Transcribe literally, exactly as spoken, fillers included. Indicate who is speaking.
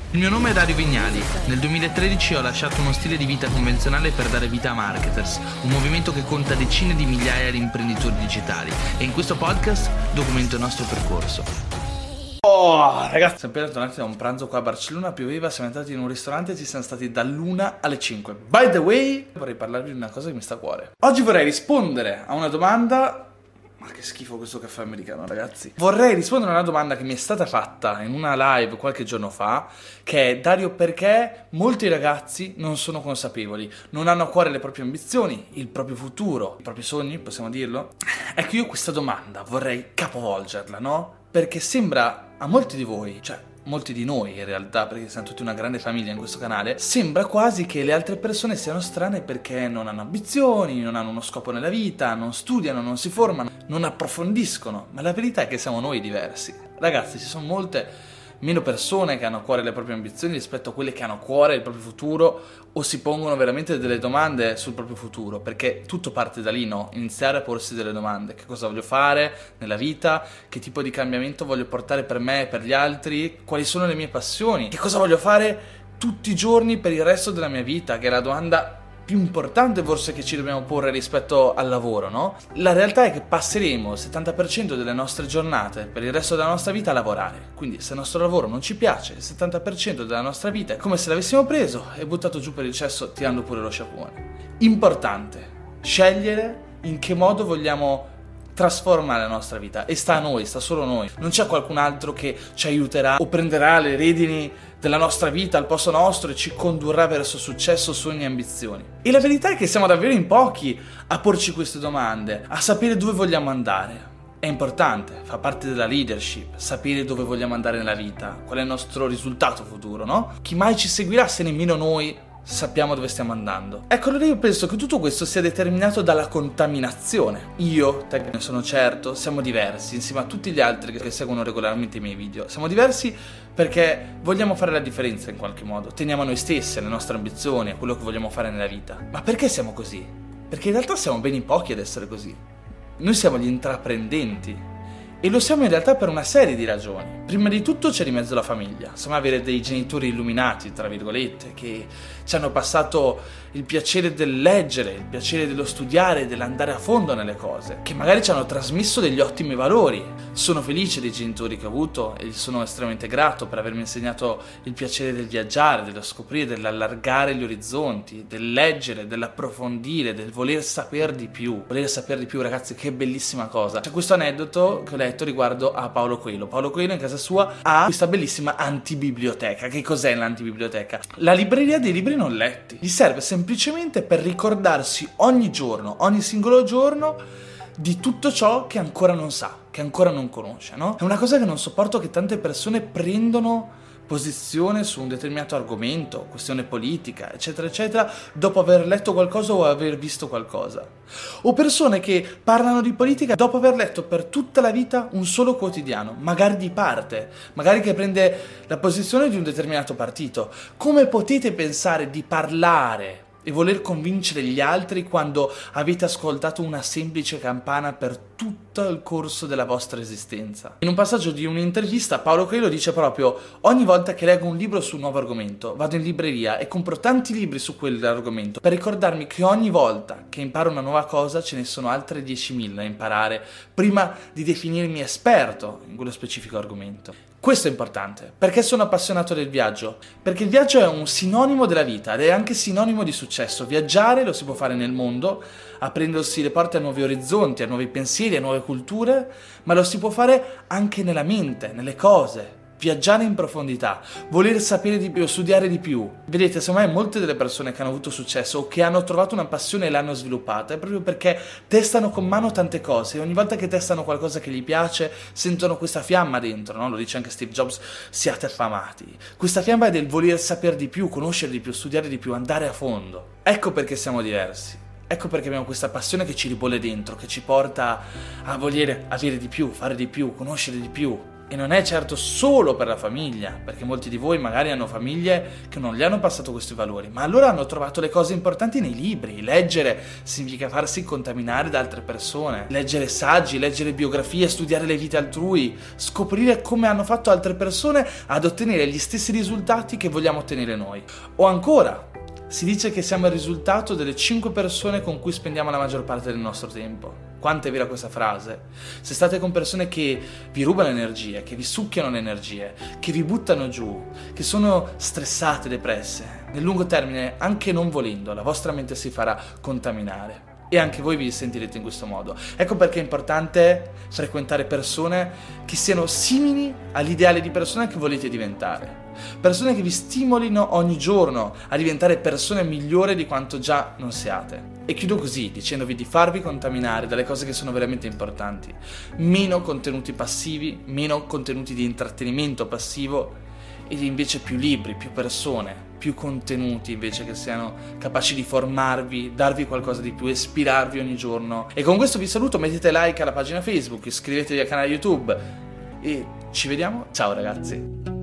Speaker 1: Il mio nome è Dario Vignali. Nel duemilatredici ho lasciato uno stile di vita convenzionale per dare vita a Marketers, un movimento che conta decine di migliaia di imprenditori digitali, e in questo podcast documento il nostro percorso. Oh, ragazzi, siamo appena tornati da un pranzo qua a Barcellona, pioveva, siamo entrati in un ristorante e ci siamo stati dall'una alle cinque. By the way, vorrei parlarvi di una cosa che mi sta a cuore. Oggi vorrei rispondere a una domanda. Ma che schifo questo caffè americano, ragazzi. Vorrei rispondere a una domanda che mi è stata fatta in una live qualche giorno fa, che è: Dario, perché molti ragazzi non sono consapevoli, non hanno a cuore le proprie ambizioni, il proprio futuro, i propri sogni, possiamo dirlo? Ecco, io questa domanda vorrei capovolgerla, no? Perché sembra a molti di voi, cioè molti di noi in realtà, perché siamo tutti una grande famiglia in questo canale, sembra quasi che le altre persone siano strane perché non hanno ambizioni, non hanno uno scopo nella vita, non studiano, non si formano, non approfondiscono. Ma la verità è che siamo noi diversi. Ragazzi, ci sono molte meno persone che hanno a cuore le proprie ambizioni rispetto a quelle che hanno a cuore il proprio futuro o si pongono veramente delle domande sul proprio futuro, perché tutto parte da lì, no? Iniziare a porsi delle domande: che cosa voglio fare nella vita, che tipo di cambiamento voglio portare per me e per gli altri, quali sono le mie passioni, che cosa voglio fare tutti i giorni per il resto della mia vita, che è la domanda più importante forse che ci dobbiamo porre rispetto al lavoro, no? La realtà è che passeremo il settanta per cento delle nostre giornate per il resto della nostra vita a lavorare. Quindi se il nostro lavoro non ci piace, il settanta per cento della nostra vita è come se l'avessimo preso e buttato giù per il cesso tirando pure lo sciacquone. Importante scegliere in che modo vogliamo trasformare la nostra vita, e sta a noi, sta solo a noi. Non c'è qualcun altro che ci aiuterà o prenderà le redini della nostra vita al posto nostro e ci condurrà verso successo, sogni e ambizioni. E la verità è che siamo davvero in pochi a porci queste domande, a sapere dove vogliamo andare. È importante, fa parte della leadership, sapere dove vogliamo andare nella vita, qual è il nostro risultato futuro, no? Chi mai ci seguirà se nemmeno noi sappiamo dove stiamo andando? Ecco, allora io penso che tutto questo sia determinato dalla contaminazione. Io, te ne sono certo, siamo diversi insieme a tutti gli altri che seguono regolarmente i miei video. Siamo diversi perché vogliamo fare la differenza in qualche modo, teniamo a noi stessi, alle nostre ambizioni, a quello che vogliamo fare nella vita. Ma perché siamo così? Perché in realtà siamo ben in pochi ad essere così. Noi siamo gli intraprendenti. E lo siamo in realtà per una serie di ragioni. Prima di tutto c'è di mezzo la famiglia. Insomma, avere dei genitori illuminati, tra virgolette, che ci hanno passato il piacere del leggere, il piacere dello studiare, dell'andare a fondo nelle cose, che magari ci hanno trasmesso degli ottimi valori. Sono felice dei genitori che ho avuto e sono estremamente grato per avermi insegnato il piacere del viaggiare, dello scoprire, dell'allargare gli orizzonti, del leggere, dell'approfondire, del voler sapere di più. Voler sapere di più, ragazzi, che bellissima cosa. C'è questo aneddoto che ho letto riguardo a Paolo Coelho. Paolo Coelho in casa sua ha questa bellissima antibiblioteca. Che cos'è l'antibiblioteca? La libreria dei libri non letti. Gli serve semplicemente per ricordarsi ogni giorno, ogni singolo giorno, di tutto ciò che ancora non sa, che ancora non conosce, no? È una cosa che non sopporto, che tante persone prendono posizione su un determinato argomento, questione politica, eccetera, eccetera, dopo aver letto qualcosa o aver visto qualcosa. O persone che parlano di politica dopo aver letto per tutta la vita un solo quotidiano, magari di parte, magari che prende la posizione di un determinato partito. Come potete pensare di parlare e voler convincere gli altri quando avete ascoltato una semplice campana per tutto il corso della vostra esistenza? In un passaggio di un'intervista Paolo Coelho dice proprio: ogni volta che leggo un libro su un nuovo argomento vado in libreria e compro tanti libri su quell'argomento per ricordarmi che ogni volta che imparo una nuova cosa ce ne sono altre diecimila da imparare prima di definirmi esperto in quello specifico argomento. Questo è importante. Perché sono appassionato del viaggio? Perché il viaggio è un sinonimo della vita ed è anche sinonimo di successo. Viaggiare lo si può fare nel mondo, aprendosi le porte a nuovi orizzonti, a nuovi pensieri, a nuove culture, ma lo si può fare anche nella mente, nelle cose. Viaggiare in profondità, voler sapere di più, studiare di più. Vedete, secondo me molte delle persone che hanno avuto successo o che hanno trovato una passione e l'hanno sviluppata è proprio perché testano con mano tante cose e ogni volta che testano qualcosa che gli piace sentono questa fiamma dentro, no? Lo dice anche Steve Jobs: siate affamati. Questa fiamma è del voler sapere di più, conoscere di più, studiare di più, andare a fondo. Ecco perché siamo diversi. Ecco perché abbiamo questa passione che ci ribolle dentro, che ci porta a voler avere di più, fare di più, conoscere di più. E non è certo solo per la famiglia, perché molti di voi magari hanno famiglie che non gli hanno passato questi valori, ma allora hanno trovato le cose importanti nei libri. Leggere significa farsi contaminare da altre persone, leggere saggi, leggere biografie, studiare le vite altrui, scoprire come hanno fatto altre persone ad ottenere gli stessi risultati che vogliamo ottenere noi. O ancora, si dice che siamo il risultato delle cinque persone con cui spendiamo la maggior parte del nostro tempo. Quanto è vera questa frase? Se state con persone che vi rubano energie, che vi succhiano le energie, che vi buttano giù, che sono stressate, depresse, nel lungo termine, anche non volendo, la vostra mente si farà contaminare. E anche voi vi sentirete in questo modo. Ecco perché è importante frequentare persone che siano simili all'ideale di persona che volete diventare. Persone che vi stimolino ogni giorno a diventare persone migliori di quanto già non siate. E chiudo così, dicendovi di farvi contaminare dalle cose che sono veramente importanti. Meno contenuti passivi, meno contenuti di intrattenimento passivo, ed invece più libri, più persone, più contenuti invece che siano capaci di formarvi, darvi qualcosa di più, ispirarvi ogni giorno. E con questo vi saluto, mettete like alla pagina Facebook, iscrivetevi al canale YouTube e ci vediamo. Ciao ragazzi!